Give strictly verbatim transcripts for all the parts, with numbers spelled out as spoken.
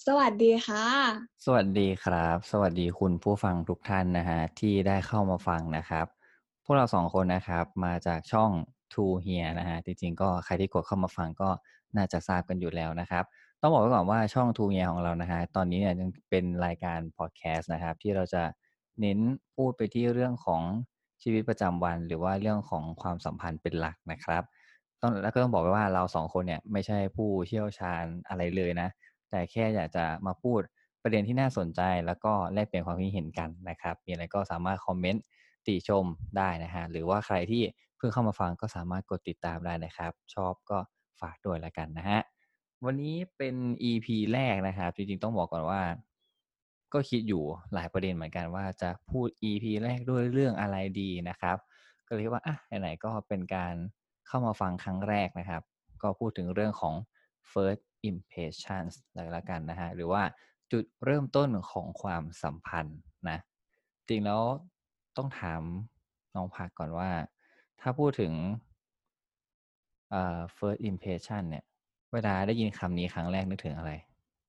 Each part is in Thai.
สวัสดีค่ะสวัสดีครับสวัสดีคุณผู้ฟังทุกท่านนะฮะที่ได้เข้ามาฟังนะครับพวกเราสองคนนะครับมาจากช่อง Two Here นะฮะจริงๆก็ใครที่กดเข้ามาฟังก็น่าจะทราบกันอยู่แล้วนะครับต้องบอกไว้ก่อนว่าช่อง Two Here ของเรานะฮะตอนนี้เนี่ยยังเป็นรายการพอดแคสต์นะครับที่เราจะเน้นพูดไปที่เรื่องของชีวิตประจำวันหรือว่าเรื่องของความสัมพันธ์เป็นหลักนะครับต้องแล้วก็ต้องบอกไว้ว่าเราสองคนเนี่ยไม่ใช่ผู้เชี่ยวชาญอะไรเลยนะแต่แค่อยากจะมาพูด ประเด็นที่น่าสนใจแล้วก็แลกเปลี่ยนความคิดเห็นกันนะครับมีอะไรก็สามารถคอมเมนต์ติชมได้นะฮะหรือว่าใครที่เพิ่งเข้ามาฟังก็สามารถกดติดตามได้นะครับชอบก็ฝากด้วยแล้วกันนะฮะวันนี้เป็น อี พี แรกนะครับจริงๆต้องบอกก่อนว่าก็คิดอยู่หลายประเด็นเหมือนกันว่าจะพูด อี พี แรกด้วยเรื่องอะไรดีนะครับก็เลยคิดว่าอะไหนๆก็เป็นการเข้ามาฟังครั้งแรกนะครับก็พูดถึงเรื่องของ first impressions เลยแล้วกันนะฮะหรือว่าจุดเริ่มต้นของความสัมพันธ์นะจริงแล้วต้องถามน้องผักก่อนว่าถ้าพูดถึงเอ่อ first impression เนี่ยเวลาได้ยินคำนี้ครั้งแรกนึกถึงอะไร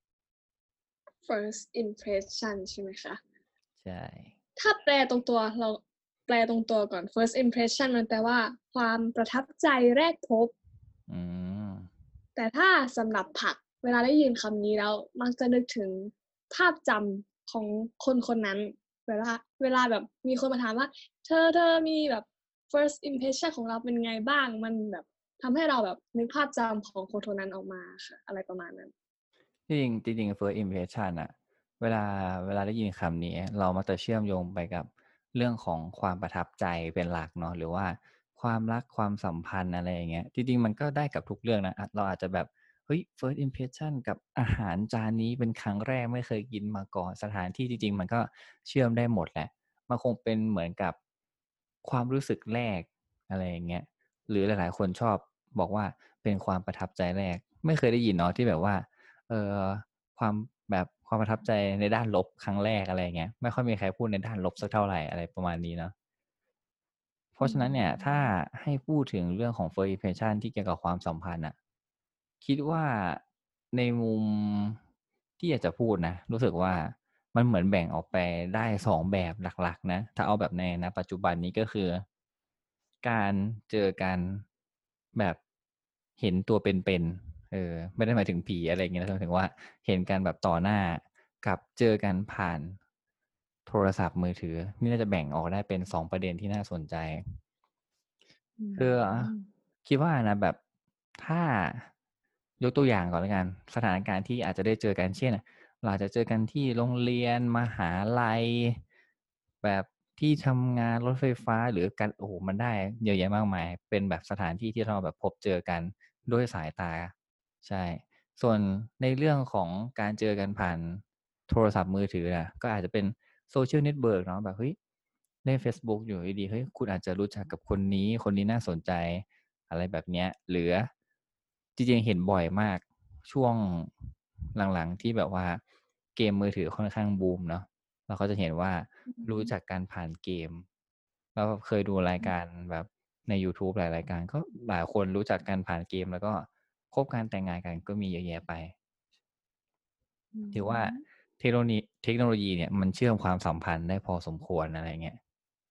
first impression ใช่ไหมคะใช่ถ้าแปลตรงตัวเราแปลตรงตัวก่อน first impression มันแปลว่าความประทับใจแรกพบอืมแต่ถ้าสำหรับผักเวลาได้ยินคำนี้แล้วมักจะนึกถึงภาพจำของคนคนนั้นเวลาเวลาแบบมีคนมาถามว่าเธอเธอมีแบบ first impression ของเราเป็นไงบ้างมันแบบทำให้เราแบบนึกภาพจำของคนคนนั้นออกมาค่ะอะไรประมาณนั้นจริงๆจริงๆ first impression อะเวลาเวลาได้ยินคำนี้เรามักจะเชื่อมโยงไปกับเรื่องของความประทับใจเป็นหลักเนาะหรือว่าความรักความสัมพันธ์อะไรอย่างเงี้ยจริงๆมันก็ได้กับทุกเรื่องนะอะเราอาจจะแบบเฮ้ย first impression กับอาหารจานนี้เป็นครั้งแรกไม่เคยกินมาก่อนสถานที่จริงๆมันก็เชื่อมได้หมดแหละมันคงเป็นเหมือนกับความรู้สึกแรกอะไรอย่างเงี้ย หรือหลายๆคนชอบบอกว่าเป็นความประทับใจแรกไม่เคยได้ยินเนาะที่แบบว่าเอ่อความแบบความประทับใจในด้านลบครั้งแรกอะไรอย่างเงี้ยไม่ค่อยมีใครพูดในด้านลบสักเท่าไรอะไรประมาณนี้เนาะเพอืราะฉะนั้นเนี่ยถ้ามให้พูดถึงเรื่องของ first impression ที่เกี่ยวกับความสัมพันธ์น่ะคิดว่าในมุมที่อยากจะพูดนะรู้สึกว่ามันเหมือนแบ่งออกไปได้สองแบบหลักๆนะถ้าเอาแบบในณปัจจุบันนี้ก็คือ การเจอกันแบบเห็นตัวเป็นๆเออไม่ได้หมายถึงผีอะไรอย่างงี้นะหมายถึงว่าเห็นกันแบบต่อหน้ากับเจอกันผ่านโทรศัพท์มือถือนี่น่าจะแบ่งออกได้เป็นสองประเด็นที่น่าสนใจอืคือมคิดว่านะแบบถ้ายกตัวอย่างก่อนแล้วกันสถานการณ์ที่อาจจะได้เจอกันเช่นเราอาจจะเจอกันที่โรงเรียนมหาลัยแบบที่ทำงานรถไฟฟ้าหรือการโอ้โฮมันได้เยอะแยะมากมายเป็นแบบสถานที่ที่เราแบบพบเจอกันด้วยสายตาใช่ส่วนในเรื่องของการเจอกันผ่านโทรศัพท์มือถืออะก็อาจจะเป็น social network เนาะแบบเฮ้ยเล่นเฟซบุ๊กอยู่ดีๆเฮ้ยคุณอาจจะรู้จักกับคนนี้คนนี้น่าสนใจอะไรแบบเนี้ยหรือจริงๆเห็นบ่อยมากช่วงหลังๆที่แบบว่าเกมมือถือค่อนข้างบูมเนาะ เราก็จะเห็นว่าอืรู้มจักกันผ่านเกมแล้วแบบเคยดูรายการแบบในยูทูบหลายรายการก็หลายคนรู้จักกันผ่านเกมแล้วก็คบกันแต่งงานกันก็มีเยอะแยะไปอืถือว่ามเทคโนโลยีเทคโนโลยีเนี่ยมันเชื่อมความสัมพันธ์ได้พอสมควรอะไรเงี้ย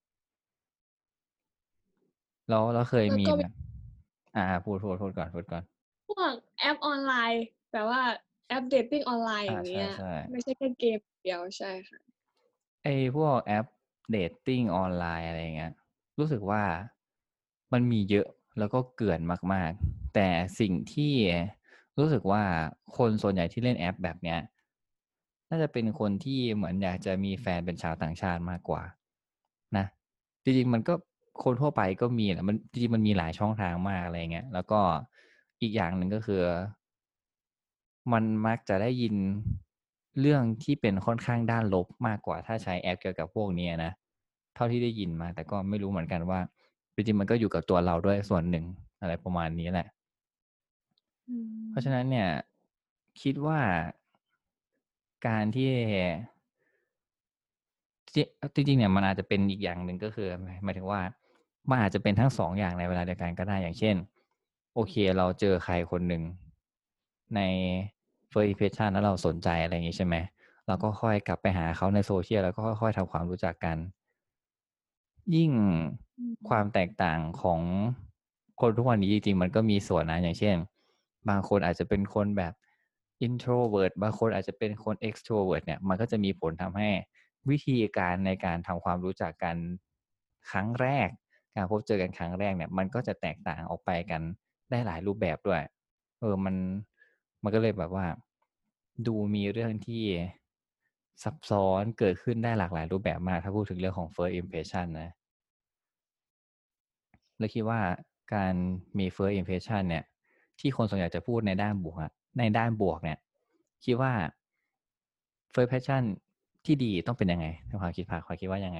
แล้วแล้วเคยแล้วก็มีมีแบบอาๆพูดๆพูดก่อนพูดก่อนพวกแอปออนไลน์แบบว่าแอปเดตติงออนไลน์ออาย่างเงี้ยใช่ไม่ใช่แค่เกมอย่างเดียวใช่ค่ะๆไอ้พวกแอปเดตติงออนไลน์อะไรอย่างเงี้ยรู้สึกว่ามันมีเยอะแล้วก็เกลื่อนมากๆแต่สิ่งที่รู้สึกว่าคนส่วนใหญ่ที่เล่นแอปแบบเนี้ย น่าจะเป็นคนที่เหมือนอยากจะมีแฟนเป็นชาวต่างชาติมากกว่านะจริงๆมันก็คนทั่วไปก็มีแหละมันจริงๆมันมีหลายช่องทางมากอะไรอย่างเงี้ยแล้วก็อีกอย่างหนึ่งก็คือมันมักจะได้ยินเรื่องที่เป็นค่อนข้างด้านลบมากกว่าถ้าใช้แอปเกี่ยวกับพวกนี้อะนะเท่าที่ได้ยินมาแต่ก็ไม่รู้เหมือนกันว่าจริงๆมันก็อยู่กับตัวเราด้วยส่วนหนึ่งอะไรประมาณนี้แหละอืเพราะฉะนั้นมเนี่ยคิดว่าการที่จิจริงๆเนี่ยมันอาจจะเป็นอีกอย่างหนึ่งก็คือหมายหมายถึงว่ามันอาจจะเป็นทั้งสองอย่างในเวลาเดียวกันก็ได้อย่างเช่นโอเคเราเจอใครคนหนึ่งใน first impression แล้วเราสนใจอะไรอย่างงี้ใช่ไหมเราก็ค่อยกลับไปหาเขาในโซเชียลแล้วก็ค่อยๆทำความรู้จักกันยิ่งอืความมแตกต่างของคนทุกวันนี้จริงๆมันก็มีส่วนนะอย่างเช่นบางคนอาจจะเป็นคนแบบ introvert บางคนอาจจะเป็นคน extrovert เนี่ยมันก็จะมีผลทำให้วิธีการในการทำความรู้จักกันครั้งแรกการพบเจอกันครั้งแรกเนี่ยมันก็จะแตกต่างออกไปกันได้หลายรูปแบบด้วยเออมันมันก็เลยแบบว่าดูมีเรื่องที่ซับซ้อนเกิดขึ้นได้หลากหลายรูปแบบมากถ้าพูดถึงเรื่องของ first impression นะแล้วคิดว่าการมี first impression เนี่ยที่คนส่วนใหญ่จะพูดในด้านบวกอะในด้านบวกเนี่ยคิดว่า first impression ที่ดีต้องเป็นยังไงในความคิดพาคอยคิดว่ายังไง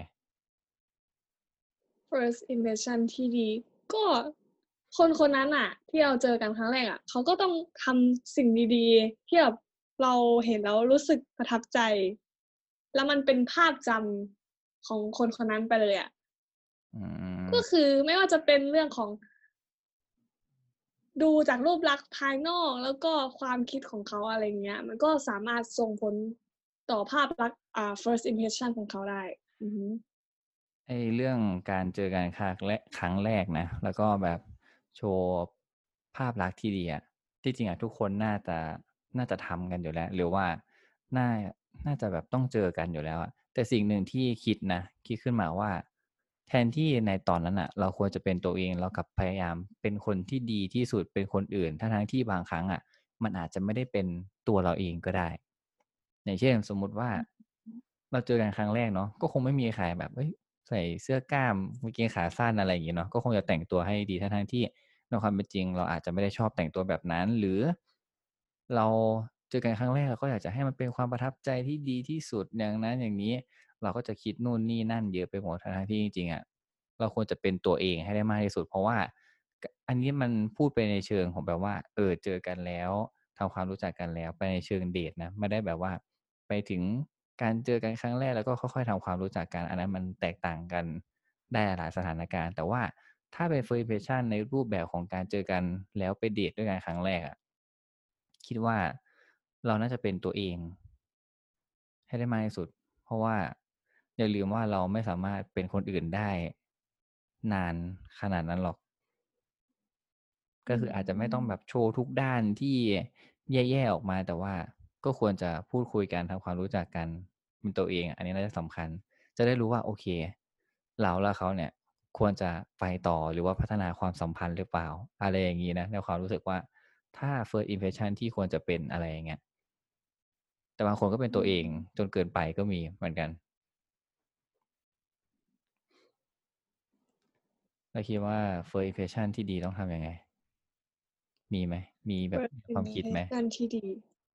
first impression ที่ดีก็คนคนนั้นอ่ะ ที่เราเจอกันครั้งแรกอ่ะเขาก็ต้องทำสิ่งดีๆที่แบบเราเห็นแล้วรู้สึกประทับใจ แล้วมันเป็นภาพจำของคนคนนั้นไปเลยอ่ะอืมก็คือไม่ว่าจะเป็นเรื่องของดูจากรูปลักษณ์ภายนอกแล้วก็ความคิดของเขาอะไรเงี้ย มันก็สามารถส่งผลต่อภาพลักษณ์อ่า first impression ของเขาได้ อือฮึไอ้เรื่องการเจอกันครั้งแรกครั้งแรกนะแล้วก็แบบโชว์ภาพลักษณ์ที่ดีอะที่จริงอะทุกคนน่าจะน่าจะทำกันอยู่แล้ว หรือว่าน่าน่าจะแบบต้องเจอกันอยู่แล้วอะแต่สิ่งหนึ่งที่คิดนะคิดขึ้นมาว่าแทนที่ในตอนนั้นอะเราควรจะเป็นตัวเองเรากลับพยายามเป็นคนที่ดีที่สุดเป็นคนอื่นทั้งๆที่บางครั้งอะมันอาจจะไม่ได้เป็นตัวเราเองก็ได้อย่างเช่นสมมุติว่าเราเจอกันครั้งแรกเนาะก็คงไม่มีใครแบบเฮ้ย ใส่เสื้อกล้ามกางเกงขาสั้นอะไรอย่างงี้เนาะก็คงจะแต่งตัวให้ดีทั้งๆที่ในความเป็นจริงเราอาจจะไม่ได้ชอบแต่งตัวแบบนั้นหรือเราเจอกันครั้งแรกเราก็อยากจะให้มันเป็นความประทับใจที่ดีที่สุดอย่างนั้นอย่างนี้เราก็จะคิดนู่นนี่นั่นเยอะไปหมดทั้งๆที่จริงๆอะเราควรจะเป็นตัวเองให้ได้มากที่สุดเพราะว่ากอันนี้มันพูดไปในเชิงของแบบว่าเออเจอกันแล้วทำความรู้จักกันแล้วไปในเชิงเดตนะไม่ได้แบบว่า ไปถึงการเจอกันครั้งแรกแล้วก็ค่อยๆทำความรู้จักกันอันนั้นมันแตกต่างกันได้หลายสถานการณ์แต่ว่าถ้าเป็น first impression ในรูปแบบของการเจอกันแล้วไปเดตด้วยกันครั้งแรกอะคิดว่าเราน่าจะเป็นตัวเองให้ได้มากที่สุดเพราะว่าอย่าลืมว่าเราไม่สามารถเป็นคนอื่นได้นานขนาดนั้นหรอกอืก็คืออาจจะไม่ต้องแบบมโชว์ทุกด้านที่แย่ๆออกมาแต่ว่าก็ควรจะพูดคุยกันทำความรู้จักกันเป็นตัวเองอันนี้น่าจะสำคัญจะได้รู้ว่าโอเคเราและเขาเนี่ยควรจะไปต่อหรือว่าพัฒนาความสัมพันธ์หรือเปล่าอะไรอย่างงี้นะในความรู้สึกว่าถ้า first impression ที่ควรจะเป็นอะไรอย่างเงี้ยแต่บางคนก็เป็นอืตัวเองมจนเกินไปก็มีเหมือนกันแล้วคิดว่า first impression ที่ดีต้องทำยังไงมีไหมมีแบบ first ความคิดไหม impression ที่ดี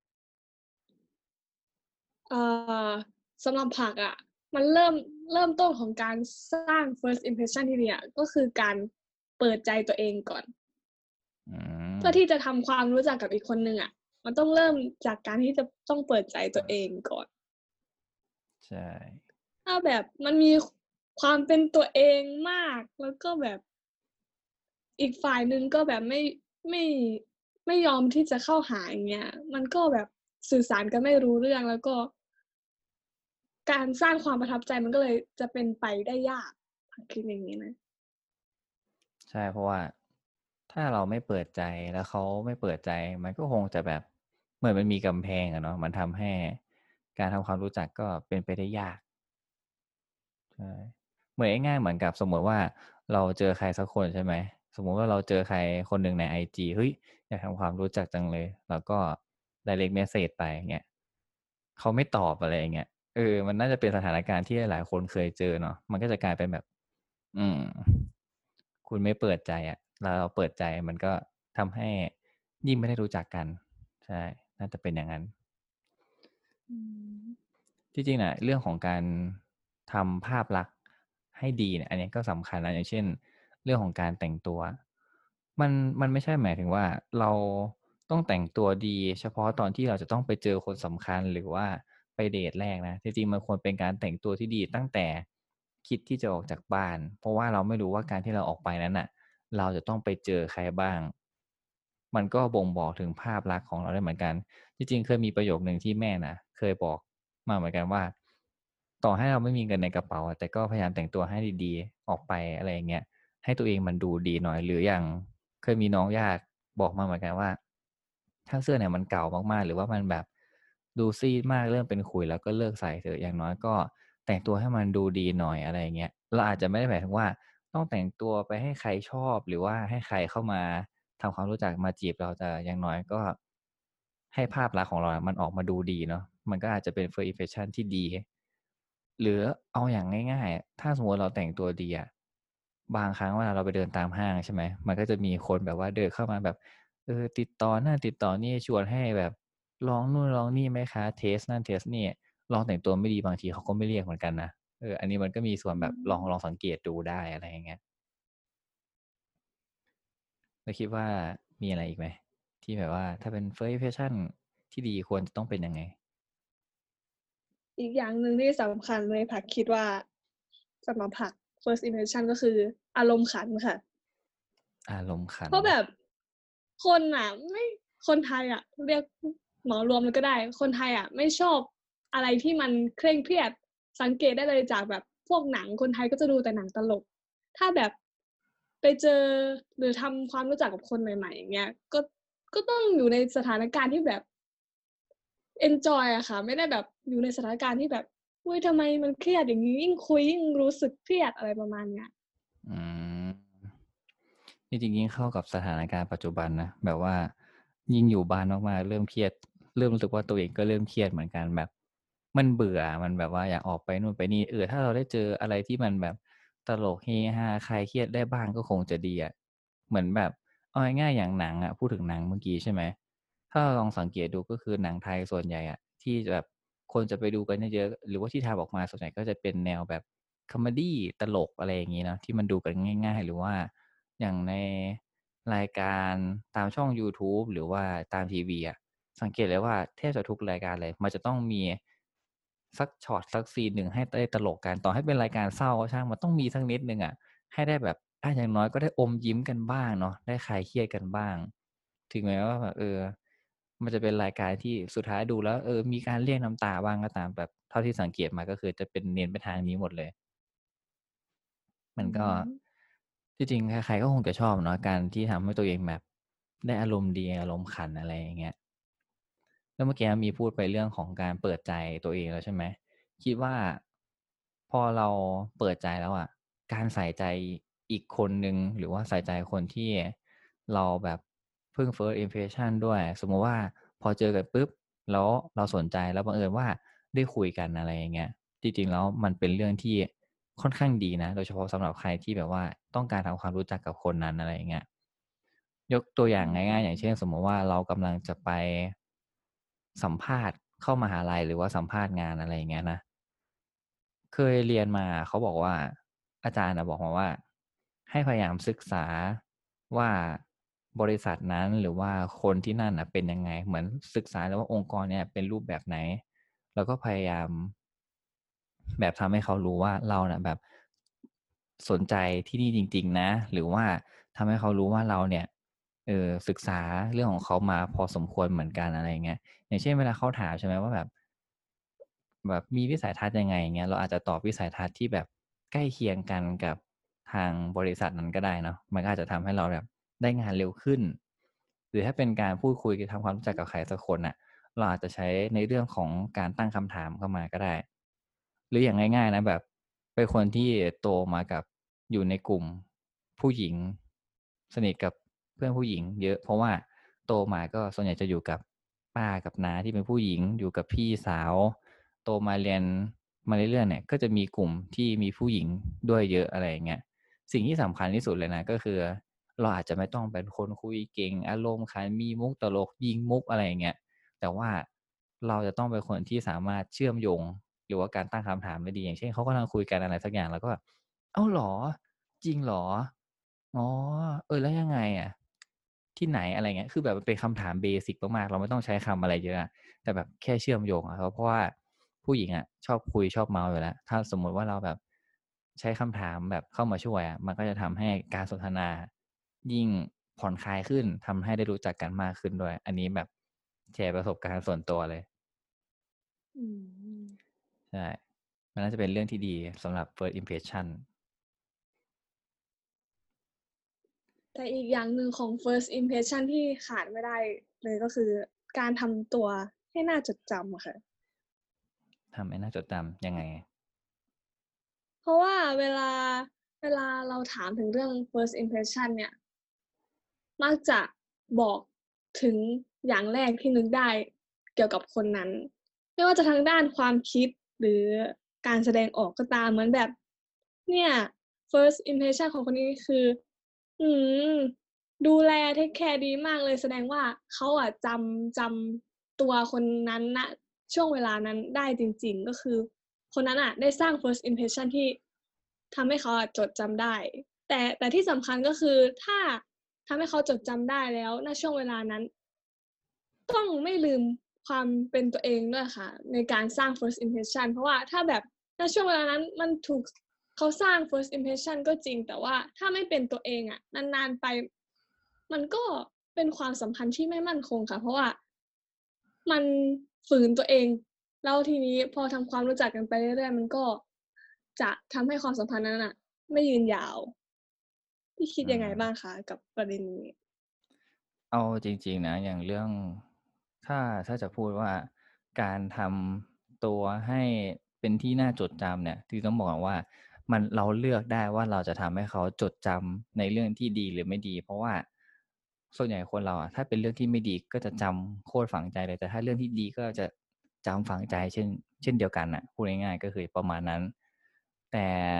เอ่อสำหรับผักอะมันเริ่มเริ่มต้นของการสร้าง first impression ที่ดีอะก็คือการเปิดใจตัวเองก่อนอืเพื่อที่มจะทำความรู้จักกับอีกคนหนึ่งอะมันต้องเริ่มจากการที่จะต้องเปิดใจตัวเองก่อนใช่ถ้าแบบมันมีความเป็นตัวเองมากแล้วก็แบบอีกฝ่ายหนึ่งก็แบบไม่ไม่ไม่ยอมที่จะเข้าหาอย่างเงี้ยมันก็แบบสื่อสารกันไม่รู้เรื่องแล้วก็ การสร้างความประทับใจมันก็เลยจะเป็นไปได้ยากคิดอย่างนี้นะใช่เพราะว่าถ้าเราไม่เปิดใจแล้วเขาไม่เปิดใจมันก็คงจะแบบเหมือนมันมีกำแพงอะเนาะมันทำให้การทำความรู้จักก็เป็นไปได้ยากใช่เหมือนง่ายๆเหมือนกับสมมติว่าเราเจอใครสักคนใช่ไหมสมมุติว่าเราเจอใครคนหนึ่งในไอจีเฮ้ยอยากทำความรู้จักจังเลยแล้วก็ direct message ไปอย่างเงี้ยเขาไม่ตอบอะไรอย่างเงี้ยเออมันน่าจะเป็นสถานการณ์ที่หลายๆคนเคยเจอเนาะมันก็จะกลายเป็นแบบอืม คุณไม่เปิดใจอะแล้วเราเปิดใจมันก็ทำให้ยิ่งไม่ได้รู้จักกันใช่น่าจะเป็นอย่างนั้นอืมที่จริงๆน่ะเรื่องของการทำภาพลักษณ์ให้ดีเนี่ยอันนี้ก็สำคัญนะอย่างเช่นเรื่องของการแต่งตัวมันมันไม่ใช่หมายถึงว่าเราต้องแต่งตัวดีเฉพาะตอนที่เราจะต้องไปเจอคนสำคัญหรือว่าไปเดทแรกนะจริงๆมันควรเป็นการแต่งตัวที่ดีตั้งแต่คิดที่จะออกจากบ้านเพราะว่าเราไม่รู้ว่าการที่เราออกไปนั้นน่ะ เราจะต้องไปเจอใครบ้างมันก็บ่งบอกถึงภาพลักษณ์ของเราได้เหมือนกันจริงๆเคยมีประโยคนึงที่แม่น่ะเคยบอกมาเหมือนกันว่าต่อให้เราไม่มีเงินในกระเป๋าแต่ก็พยายามแต่งตัวให้ดีๆออกไปอะไรอย่างเงี้ยให้ตัวเองมันดูดีหน่อยหรืออย่างเคยมีน้องญาติบอกมาเหมือนกันว่าถ้าเสื้อเนี่ยมันเก่ามากๆหรือว่ามันแบบดูซีดมากเริ่มเป็นขุยแล้วก็เลิกใส่เถอะอย่างน้อยก็แต่งตัวให้มันดูดีหน่อยอะไรอย่างเงี้ยเราอาจจะไม่ได้หมายถึงว่าต้องแต่งตัวไปให้ใครชอบหรือว่าให้ใครเข้ามาทำความรู้จักมาจีบเราแต่อย่างน้อยก็ให้ภาพลักษณ์ของเราอะมันออกมาดูดีเนาะมันก็อาจจะเป็น first impression ที่ดีหรือเอาอย่างง่ายๆถ้าสมมุติเราแต่งตัวดีอะบางครั้งเวลาเราไปเดินตามห้างใช่ไหมมันก็จะมีคนแบบว่าเดินเข้ามาแบบเออติดต่อนั่นติดต่อนี่ชวนให้แบบลองนู่นลองนี่ไหมคะเทสต์นั่นเทสต์นี่ลองแต่งตัวไม่ดีบางทีเขาก็ไม่เรียกเหมือนกันนะเอออันนี้มันก็มีส่วนอืแบบลองลองมสังเกตดูได้อะไรอย่างเงี้ยแล้วคิดว่ามีอะไรอีกไหมที่แบบว่าถ้าเป็น first impression ที่ดีควรจะต้องเป็นยังไงอีกอย่างหนึ่งที่สำคัญเลยผักคิดว่าสำหรับผัก first impression ก็คืออารมณ์ขันค่ะอารมณ์ขันเพราะแบบคนอ่ะไม่คนไทยอ่ะเรียกเหมารวมเลยก็ได้คนไทยอ่ะไม่ชอบอะไรที่มันเคร่งเครียดสังเกตได้เลยจากแบบพวกหนังคนไทยก็จะดูแต่หนังตลกถ้าแบบไปเจอหรือทำความรู้จักกับคนใหม่ๆอย่างเงี้ยก็ก็ต้องอยู่ในสถานการณ์ที่แบบ enjoy อะค่ะไม่ได้แบบอยู่ในสถานการณ์ที่แบบอุ้ยทำไมมันเครียดอย่างนี้ยิ่งคุยยิ่งรู้สึกเครียดอะไรประมาณเนี้ยอืม จริงๆยิ่งเข้ากับสถานการณ์ปัจจุบันนะแบบว่ายิ่งอยู่บ้านมากๆเริ่มเครียดเริ่มรู้สึกว่าตัวเองก็เริ่มเครียดเหมือนกันแบบมันเบื่อมันแบบว่าอยากออกไปนู่นไปนี่เออถ้าเราได้เจออะไรที่มันแบบตลกเฮฮาคลายเครียดได้บ้างก็คงจะดีอะเหมือนแบบเอาง่ายๆอย่างหนังอะพูดถึงหนังเมื่อกี้ใช่ไหมถ้าเราลองสังเกตดูก็คือหนังไทยส่วนใหญ่อะที่แบบคนจะไปดูกันเยอะๆหรือว่าที่ทำออกมาส่วนใหญ่ก็จะเป็นแนวแบบคอเมดีตลกอะไรอย่างงี้เนาะที่มันดูกันง่ายๆหรือว่า อย่างในรายการตามช่องยูทูบหรือว่าตามทีวีอะสังเกตเลยว่าแทบจะทุกรายการเลยมันจะต้องมีสักช็อตสักซีนหนึ่งให้ได้ตลกกันต่อให้เป็นรายการเศร้าก็ช่างมันต้องมีสักนิดหนึ่งอะให้ได้แบบอาอย่างน้อยก็ได้อมยิ้มกันบ้างเนาะได้คลายเครียดกันบ้างถึงแม้ว่าแบบเออมันจะเป็นรายการที่สุดท้ายดูแล้วเออมีการเรียกน้ำตาบ้างก็ตามแบบเท่าที่สังเกตมาก็คือจะเป็นเน้นไปทางนี้หมดเลย มัอืนก็มที่จริงใครๆก็คงจะชอบเนาะการที่ทำให้ตัวเองแบบได้อารมณ์ดีอารมณ์ขันอะไรอย่างเงี้ยแล้วเมื่อกี้มีพูดไปเรื่องของการเปิดใจตัวเองแล้วใช่ไหมคิดว่าพอเราเปิดใจแล้วอะการใส่ใจอีกคนหนึ่งหรือว่าใส่ใจคนที่เราแบบเพิ่ง first impression ด้วยสมมุติว่าพอเจอกันปุ๊บแล้วเราสนใจแล้วบังเอิญว่าได้คุยกันอะไรอย่างเงี้ย จริงๆแล้วมันเป็นเรื่องที่ค่อนข้างดีนะโดยเฉพาะสำหรับใครที่แบบว่าต้องการทำความรู้จักกับคนนั้นอะไรอย่างเงี้ยยกตัวอย่างอืง่ายๆอย่างเช่นสมมมุติว่าเรากำลังจะไปสัมภาษณ์เข้ามหาลัยหรือว่าสัมภาษณ์งานอะไรอย่างเงี้ยนะเคยเรียนมาเขาบอกว่าอาจารย์น่ะบอกมาว่าให้พยายามศึกษาว่าบริษัทนั้นหรือว่าคนที่นั่นน่ะเป็นยังไงเหมือนศึกษาแล้วว่าองค์กรเนี่ยเป็นรูปแบบไหน แล้วก็พยายามแบบทำให้เขารู้ว่าเราน่ะแบบสนใจที่นี่จริงๆนะหรือว่าทำให้เขารู้ว่าเราเนี่ยเอ่อศึกษาเรื่องของเขามาพอสมควรเหมือนกันอะไรอย่างเงี้ยอย่างเช่นเวลาเขาถามใช่ไหมว่าแบบแบบมีวิสัยทัศน์ยังไงอย่างเงี้ยเราอาจจะตอบวิสัยทัศน์ที่แบบใกล้เคียงกันกับทางบริษัทนั้นก็ได้เนาะมันก็อาจจะทำให้เราแบบได้งานเร็วขึ้นหรือถ้าเป็นการพูดคุยทำความรู้จักกับใครสักคนน่ะ เราอาจจะใช้ในเรื่องของการตั้งคำถามเข้ามาก็ได้หรืออย่างง่ายๆนะแบบเป็นคนที่โตมากับอยู่ในกลุ่มผู้หญิงสนิทกับเพื่อนผู้หญิงเยอะเพราะว่าโตมาก็ส่วนใหญ่จะอยู่กับป้ากับน้าที่เป็นผู้หญิงอยู่กับพี่สาวโตมาเรียนมาเรื่อยๆเนี่ยก็จะมีกลุ่มที่มีผู้หญิงด้วยเยอะอะไรอย่างเงี้ยสิ่งที่สำคัญที่สุดเลยนะก็คือเราอาจจะไม่ต้องเป็นคนคุยเก่งอารมณ์ขันมีมุกตลกยิงมุกอะไรอย่างเงี้ย แต่ว่าเราจะต้องเป็นคนที่สามารถเชื่อมโยงหรือว่าการตั้งคำถามได้ดีอย่างเช่นเขากำลังคุยกันอะไรสักอย่างแล้วก็แบบอ้าวเหรอจริงเหรออ๋อเออแล้วยังไงอะที่ไหนอะไรเงี้ยคือแบบมันเป็นคำถามเบสิกมากๆเราไม่ต้องใช้คำอะไรเยอะอะแต่แบบแค่เชื่อมโยงอะครับเพราะว่าผู้หญิงอะชอบคุยชอบเมาท์อยู่แล้วถ้าสมมุติว่าเราแบบใช้คำถามแบบเข้ามาช่วยอะมันก็จะทำให้การสนทนายิ่งผ่อนคลายขึ้นทำให้ได้รู้จักกันมากขึ้นด้วย อันนี้แบบแชร์ประสบการณ์ส่วนตัวเลยอืมใช่ มันน่าจะเป็นเรื่องที่ดีสำหรับ first impression แต่อีกอย่างหนึ่งของ first impression ที่ขาดไม่ได้เลยก็คือการทำตัวให้น่าจดจำอะค่ะทำให้น่าจดจำยังไง? เพราะว่าเวลา เวลาเราถามถึงเรื่อง first impression เนี่ย มักจะบอกถึงอย่างแรกที่นึกได้เกี่ยวกับคนนั้น ไม่ว่าจะทางด้านความคิด หรือการแสดงออกก็ตาม เหมือนแบบ เนี่ย first impression ของคนนี้คือ อื้อฮือ ดูแล เทกแคร์ดีมากเลย แสดงว่าเขาอะจำ จำตัวคนนั้น ณ ช่วงเวลานั้นได้จริง ๆ ก็คือคนนั้นน่ะได้สร้าง first impression ที่ทำให้เขาอะจดจำได้ แต่ แต่ที่สำคัญก็คือถ้าทำให้เขาจดจำได้แล้ว ณ ช่วงเวลานั้น ต้องไม่ลืมความเป็นตัวเองด้วยค่ะ ในการสร้าง first impression เพราะว่าถ้าแบบ ณ ช่วงเวลานั้นมันถูก เขาสร้าง first impression ก็จริง แต่ว่าถ้าไม่เป็นตัวเองอะ นาน ๆ ไป มันก็เป็นความสัมพันธ์ที่ไม่มั่นคงค่ะ เพราะว่ามันฝืนตัวเอง แล้วทีนี้พอทำความรู้จักกันไปเรื่อย ๆ มันก็จะทำให้ความสัมพันธ์นั้นน่ะไม่ยืนยาว พี่คิดอืยังไงบ้ามงคะกับประเด็นนี้? เอาจริง ๆ นะ อย่างเรื่อง ถ้า ถ้าจะพูดว่าการทำตัวให้เป็นที่น่าจดจำเนี่ย คือต้องบอกก่อนว่ามัน เราเลือกได้ว่าเราจะทำให้เขาจดจำในเรื่องที่ดีหรือไม่ดี เพราะว่าส่วนใหญ่คนเราอะ ถ้าเป็นเรื่องที่ไม่ดีก็จะจำโคตรฝังใจเลย แต่ถ้าเรื่องที่ดีก็จะจำฝังใจเช่น เช่นเดียวกันน่ะ พูดง่าย ๆ ก็คือประมาณนั้น แต่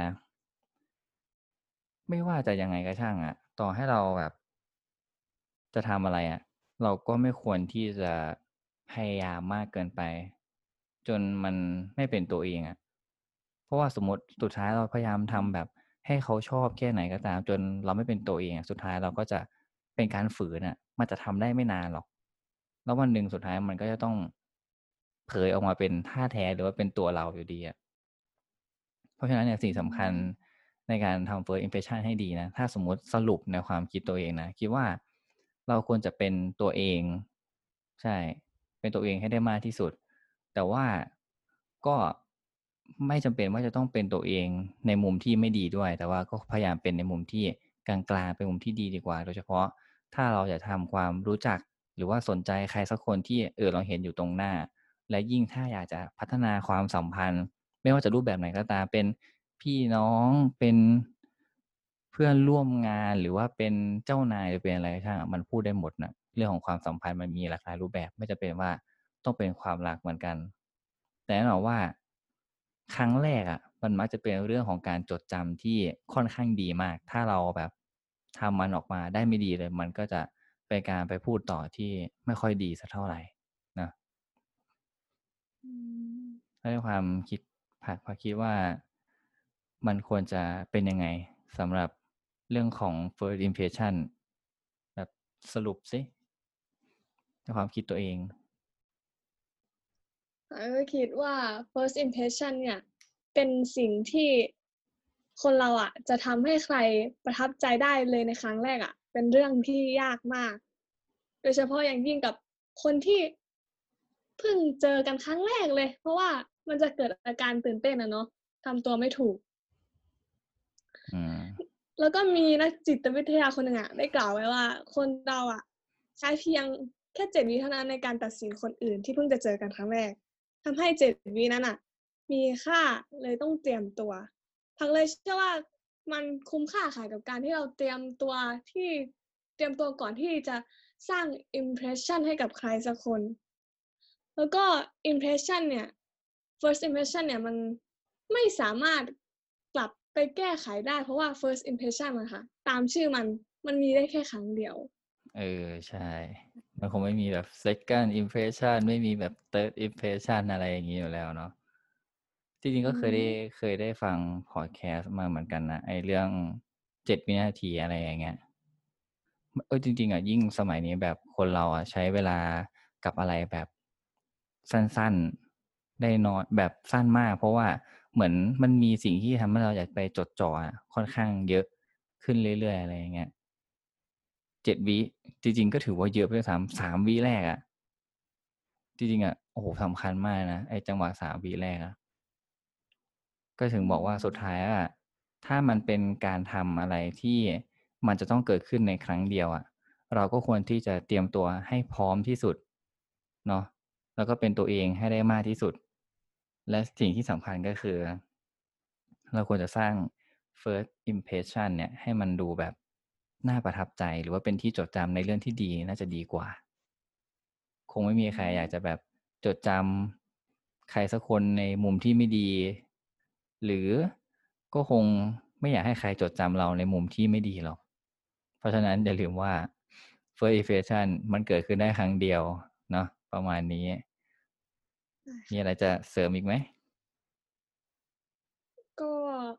ไม่ว่าจะยังไงก็ช่างอะ ต่อให้เราแบบ จะทำอะไรอะ เราก็ไม่ควรที่จะพยายามมากเกินไป จนมันไม่เป็นตัวเองอะ เพราะว่าสมมุติสุดท้ายเราพยายามทำแบบให้เขาชอบแค่ไหนก็ตาม จนเราไม่เป็นตัวเองอะ สุดท้ายเราก็จะเป็นการฝืนอะ มันจะทำได้ไม่นานหรอก แล้ววันหนึ่งสุดท้ายมันก็จะต้องเผยออกมาเป็นท่าแท้ หรือว่าเป็นตัวเราอยู่ดีอะ เพราะฉะนั้นเนี่ยสิ่องืสำคัญมในการทำ first impression ให้ดีนะ ถ้าสมมุติสรุปในความคิดตัวเองนะ คิดว่าเราควรจะเป็นตัวเอง ใช่ เป็นตัวเองให้ได้มากที่สุด แต่ว่าก็ไม่จำเป็นว่าจะต้องเป็นตัวเองในมุมที่ไม่ดีด้วย แต่ว่าก็พยายามเป็นในมุมที่กลาง ๆ เป็นมุมที่ดีดีกว่า โดยเฉพาะถ้าเราอยากทำความรู้จัก หรือว่าสนใจใครสักคนที่ เอ่อ เราเห็นอยู่ตรงหน้า และยิ่งถ้าอยากจะพัฒนาความสัมพันธ์ ไม่ว่าจะรูปแบบไหนก็ตาม เป็นพี่น้อง เป็นเพื่อนร่วมงาน หรือว่าเป็นเจ้านาย หรือเป็นอะไรก็ช่างอะ มันพูดได้หมดน่ะ เรื่องของความสัมพันธ์มันมีหลากหลายรูปแบบ ไม่จำเป็นว่าต้องเป็นความรักเหมือนกัน แต่แน่นอนว่าครั้งแรกอะ มันมักจะเป็นเรื่องของการจดจำที่ค่อนข้างดีมาก ถ้าเราแบบทำมันออกมาได้ไม่ดีเลย มันก็จะเป็นการไปพูดต่อที่ไม่ค่อยดีสักเท่าไรนะอืมถ้าในความคิด หาก พอคิดว่ามันควรจะเป็นยังไงสำหรับเรื่องของ first impression แบบสรุปสิ ในความคิดตัวเองเราก็คิดว่า first impression เนี่ย เป็นสิ่งที่คนเราอะจะทำให้ใครประทับใจได้เลยในครั้งแรกอะ เป็นเรื่องที่ยากมาก โดยเฉพาะอย่างยิ่งกับคนที่เพิ่งเจอกันครั้งแรกเลย เพราะว่ามันจะเกิดอาการตื่นเต้นอะเนาะ ทำตัวไม่ถูกอืมแล้วก็มีนักจิตวิทยาคนหนึ่งอะได้กล่าวไว้ว่า คนเราอะใช้เพียงแค่ เจ็ด วิเท่านั้นในการตัดสินคนอื่นที่เพิ่งจะเจอกันครั้งแรก ทำให้ เจ็ด วินั้นน่ะมีค่า เลยต้องเตรียมตัว พักเลยเชื่อว่ามันคุ้มค่าค่ะกับการที่เราเตรียมตัวที่ เตรียมตัวก่อนที่จะสร้าง impression ให้กับใครสักคน แล้วก็ impression เนี่ย first impression เนี่ย มันไม่สามารถกลับไปแก้ไขได้ เพราะว่า first impression อะค่ะ ตามชื่อมัน มันมีได้แค่ครั้งเดียวเออ ใช่ มันคงไม่มีแบบ second impression ไม่มีแบบ third impression อะไรอย่างงี้อยู่แล้วเนาะ จริงอๆืก็เคยได้มเคยได้ฟังพอดแคสต์มาเหมือนกันนะ ไอ้เรื่อง เจ็ด วินาที อะไรอย่างเงี้ย ม เออ จริง ๆ อะ ยิ่งสมัยนี้แบบคนเราอะใช้เวลากับอะไรแบบสั้น ๆ ได้น้อย แบบสั้นมาก เพราะว่าเหมือนมันมีสิ่งที่ทำให้เราอยากไปจดจ่ออะค่อนข้างเยอะขึ้นเรื่อย ๆ อะไรอย่างเงี้ยเจ็ดวิจริงๆก็ถือว่าเยอะไปด้วยซ้ำสามวิแรกอะจริงๆอะโอ้โฮสำคัญมากนะไอ้จังหวะสามวิแรกอะก็ถึงอืบอกว่าสุดมท้ายอะถ้ามันเป็นการทำอะไรที่มันจะต้องเกิดขึ้นในครั้งเดียวอะเราก็ควรที่จะเตรียมตัวให้พร้อมที่สุดเนาะแล้วก็เป็นตัวเองให้ได้มากที่สุดและสิ่งที่สำคัญก็คือเราควรจะสร้าง เฟิร์ส อิมเพรสชัน เนี่ยให้มันดูแบบน่าประทับใจหรือว่าเป็นที่จดจำในเรื่องที่ดีน่าจะดีกว่า คงไม่มีอืใครอยากมจะแบบจดจำใครสักคนในมุมที่ไม่ดีหรือก็คงไม่อยากให้ใครจดจำเราในมุมที่ไม่ดีหรอกเพราะฉะนั้นอย่าลืมว่า เฟิร์ส อิมเพรสชัน มันเกิดขึ้นได้ครั้งเดียวเนาะประมาณนี้ใช่มีค่ะอะไรจะเสริมอีกไหมก็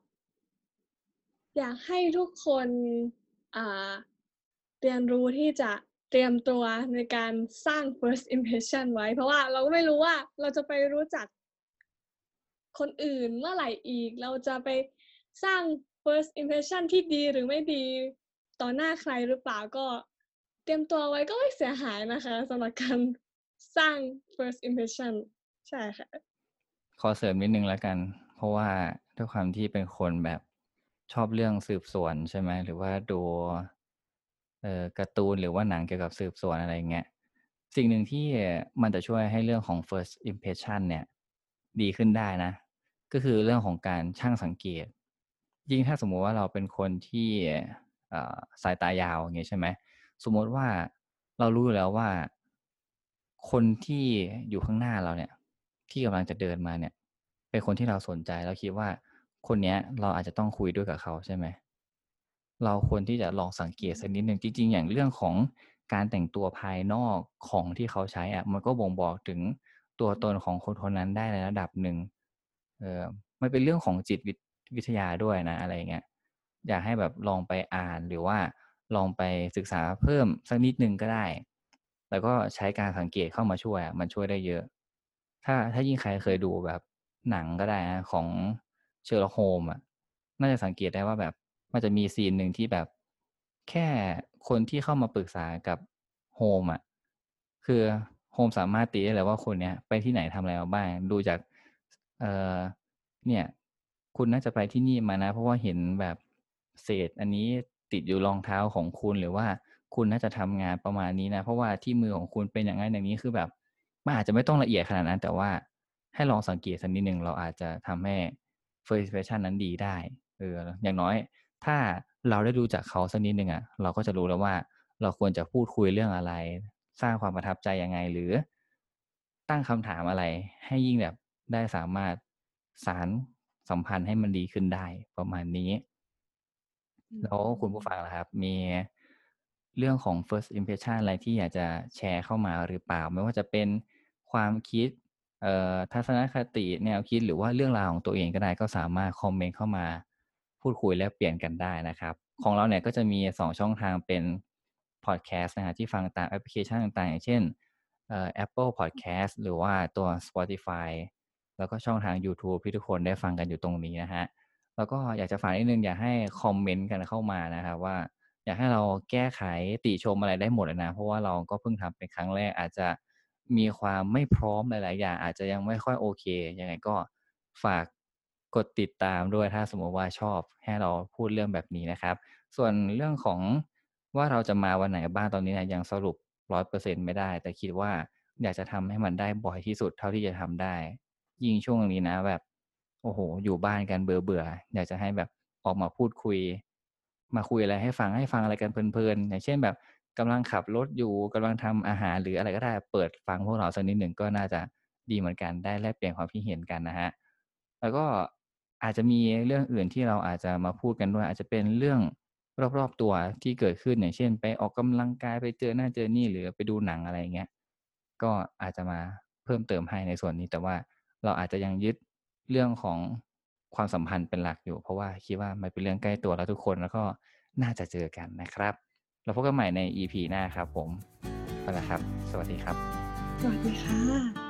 อยากให้ทุกคนอ่าเรียนรู้ที่จะเตรียมตัวในการสร้าง first impression ไว้เพราะว่าเราก็ไม่รู้ว่าเราจะไปรู้จักคนอื่นเมื่อไหร่อีกเราจะไปสร้าง first impression ที่ดีหรือไม่ดีต่อหน้าใครหรือเปล่าก็เตรียมตัวไว้ก็ไม่เสียหายนะคะสำหรับการสร้าง first impression ใช่ค่ะขอเสริมนิดหนึ่งแล้วกันเพราะว่าด้วยความที่เป็นคนแบบชอบเรื่องสืบสวนใช่ไหมหรือว่าดูเอ่อการ์ตูนหรือว่าหนังเกี่ยวกับสืบสวนอะไรอย่างเงี้ยสิ่งหนึ่งที่มันจะช่วยให้เรื่องของ เฟิร์ส อิมเพรสชัน เนี่ยดีขึ้นได้นะก็คือเรื่องของการชั่งสังเกตยิ่งถ้าสมมุติว่าเราเป็นคนที่เอ่อสายตายาวอย่างงี้ใช่ไหมสมมุติว่าเรารู้อยู่แล้วว่าคนที่อยู่ข้างหน้าเราเนี่ยที่กำลังจะเดินมาเนี่ยเป็นคนที่เราสนใจแล้วคิดว่าคนเนี้ยเราอาจจะต้องคุยด้วยกับเขาใช่ไหมเราควรที่จะลองสังเกอืตสักนิดหนึ่งมจริงๆอย่างเรื่องของการแต่งตัวภายนอกของที่เขาใช้อะมันก็บ่งบอกถึงตัวตนของคนคนนั้นได้ในระดับหนึ่งเอ่อมันเป็นเรื่องของจิตวิทวิทยาด้วยนะอะไรอย่างเงี้ยอยากให้แบบลองไปอ่านหรือว่าลองไปศึกษาเพิ่มสักนิดหนึ่งก็ได้แล้วก็ใช้การสังเกตเข้ามาช่วยอะมันช่วยได้เยอะ ถ้าถ้ายิ่งใครเคยดูแบบหนังก็ได้นะของ Sherlock Holmes อะน่าจะสังเกตได้ว่าแบบมันจะมีซีนหนึ่งที่แบบแค่คนที่เข้ามาปรึกษากับ Holmes อะคือ Holmes สามารถตีได้เลยว่าคนเนี้ยไปที่ไหนทำอะไรมาบ้างดูจากเอ่อเนี่ยคุณน่าจะไปที่นี่มานะเพราะว่าเห็นแบบเศษอันนี้ติดอยู่รองเท้าของคุณหรือว่าคุณน่าจะทำงานประมาณนี้นะเพราะว่าที่มือของคุณเป็นอย่างงั้นอย่างงี้คือแบบ มันอาจจะไม่ต้องละเอียดขนาดนั้นแต่ว่าให้ลองสังเกตสักนิดหนึ่งเราอาจจะทำให้ เฟิร์ส อิมเพรสชัน นั้นดีได้เอออย่างน้อยถ้าเราได้รู้จักเขาสักนิดหนึ่งอะเราก็จะรู้แล้วว่าเราควรจะพูดคุยเรื่องอะไรสร้างความประทับใจยังไงหรือตั้งคำถามอะไรให้ยิ่งแบบได้สามารถสานสัมพันธ์ให้มันดีขึ้นได้ประมาณนี้อืแล้วคุณผู้ฟังมล่ะครับมีเรื่องของ เฟิร์ส อิมเพรสชัน อะไรที่อยากจะแชร์เข้ามาหรือเปล่าไม่ว่าจะเป็นความคิดเอ่อทัศนคติแนวคิดหรือว่าเรื่องราวของตัวเองก็ได้ก็สามารถคอมเมนต์เข้ามาพูดคุยแลกเปลี่ยนกันได้นะครับของเราเนี่ยก็จะมีสองช่องทางเป็นพอดแคสต์นะครับที่ฟังตามแอปพลิเคชันต่างๆอย่างเช่นเอ่อ Apple Podcast หรือว่าตัว Spotify แล้วก็ช่องทางยูทูบที่ทุกคนได้ฟังกันอยู่ตรงนี้นะครับ แล้วก็อยากจะฝากนิดนึงอยากให้คอมเมนต์กันเข้ามานะครับว่าอยากให้เราแก้ไขติชมอะไรได้หมดเลยนะเพราะว่าเราก็เพิ่งทำเป็นครั้งแรกอาจจะมีความไม่พร้อมหลายๆอย่างอาจจะยังไม่ค่อยโอเคยังไงก็ฝากกดติดตามด้วยถ้าสมมติว่าชอบให้เราพูดเรื่องแบบนี้นะครับส่วนเรื่องของว่าเราจะมาวันไหนบ้างตอนนี้เนี่ยยังสรุปหนึ่งร้อยเปอร์เซ็นต์ไม่ได้แต่คิดว่าอยากจะทำให้มันได้บ่อยที่สุดเท่าที่จะทำได้ ยิ่งช่วงนี้นะแบบโอ้โฮอยู่บ้านกันเบื่อๆอยากจะให้แบบออกมาพูดคุยมาคุยอะไรให้ฟังให้ฟังอะไรกันเพลินๆอย่างเช่นแบบกำลังขับรถอยู่กำลังทำอาหารหรืออะไรก็ได้เปิดฟังพวกเราสักนิดหนึ่งก็น่าจะดีเหมือนกันได้แลกเปลี่ยนความคิดเห็นกันนะครับแล้วก็อาจจะมีเรื่องอื่นที่เราอาจจะมาพูดกันด้วยอาจจะเป็นเรื่องรอบๆตัวที่เกิดขึ้นอย่างเช่นไปออกกำลังกายไปเจอนั่นเจอนี่หรือไปดูหนังอะไรอย่างเงี้ยก็อาจจะมาเพิ่มเติมให้ในส่วนนี้แต่ว่า เราอาจจะยังยึดเรื่องของความสัมพันธ์เป็นหลักอยู่เพราะว่าคิดว่ามันเป็นเรื่องใกล้ตัวแล้วทุกคนแล้วก็น่าจะเจอกันนะครับแล้วพบกันใหม่ใน อี พี หน้าครับผมไปแล้วครับสวัสดีครับสวัสดีค่ะ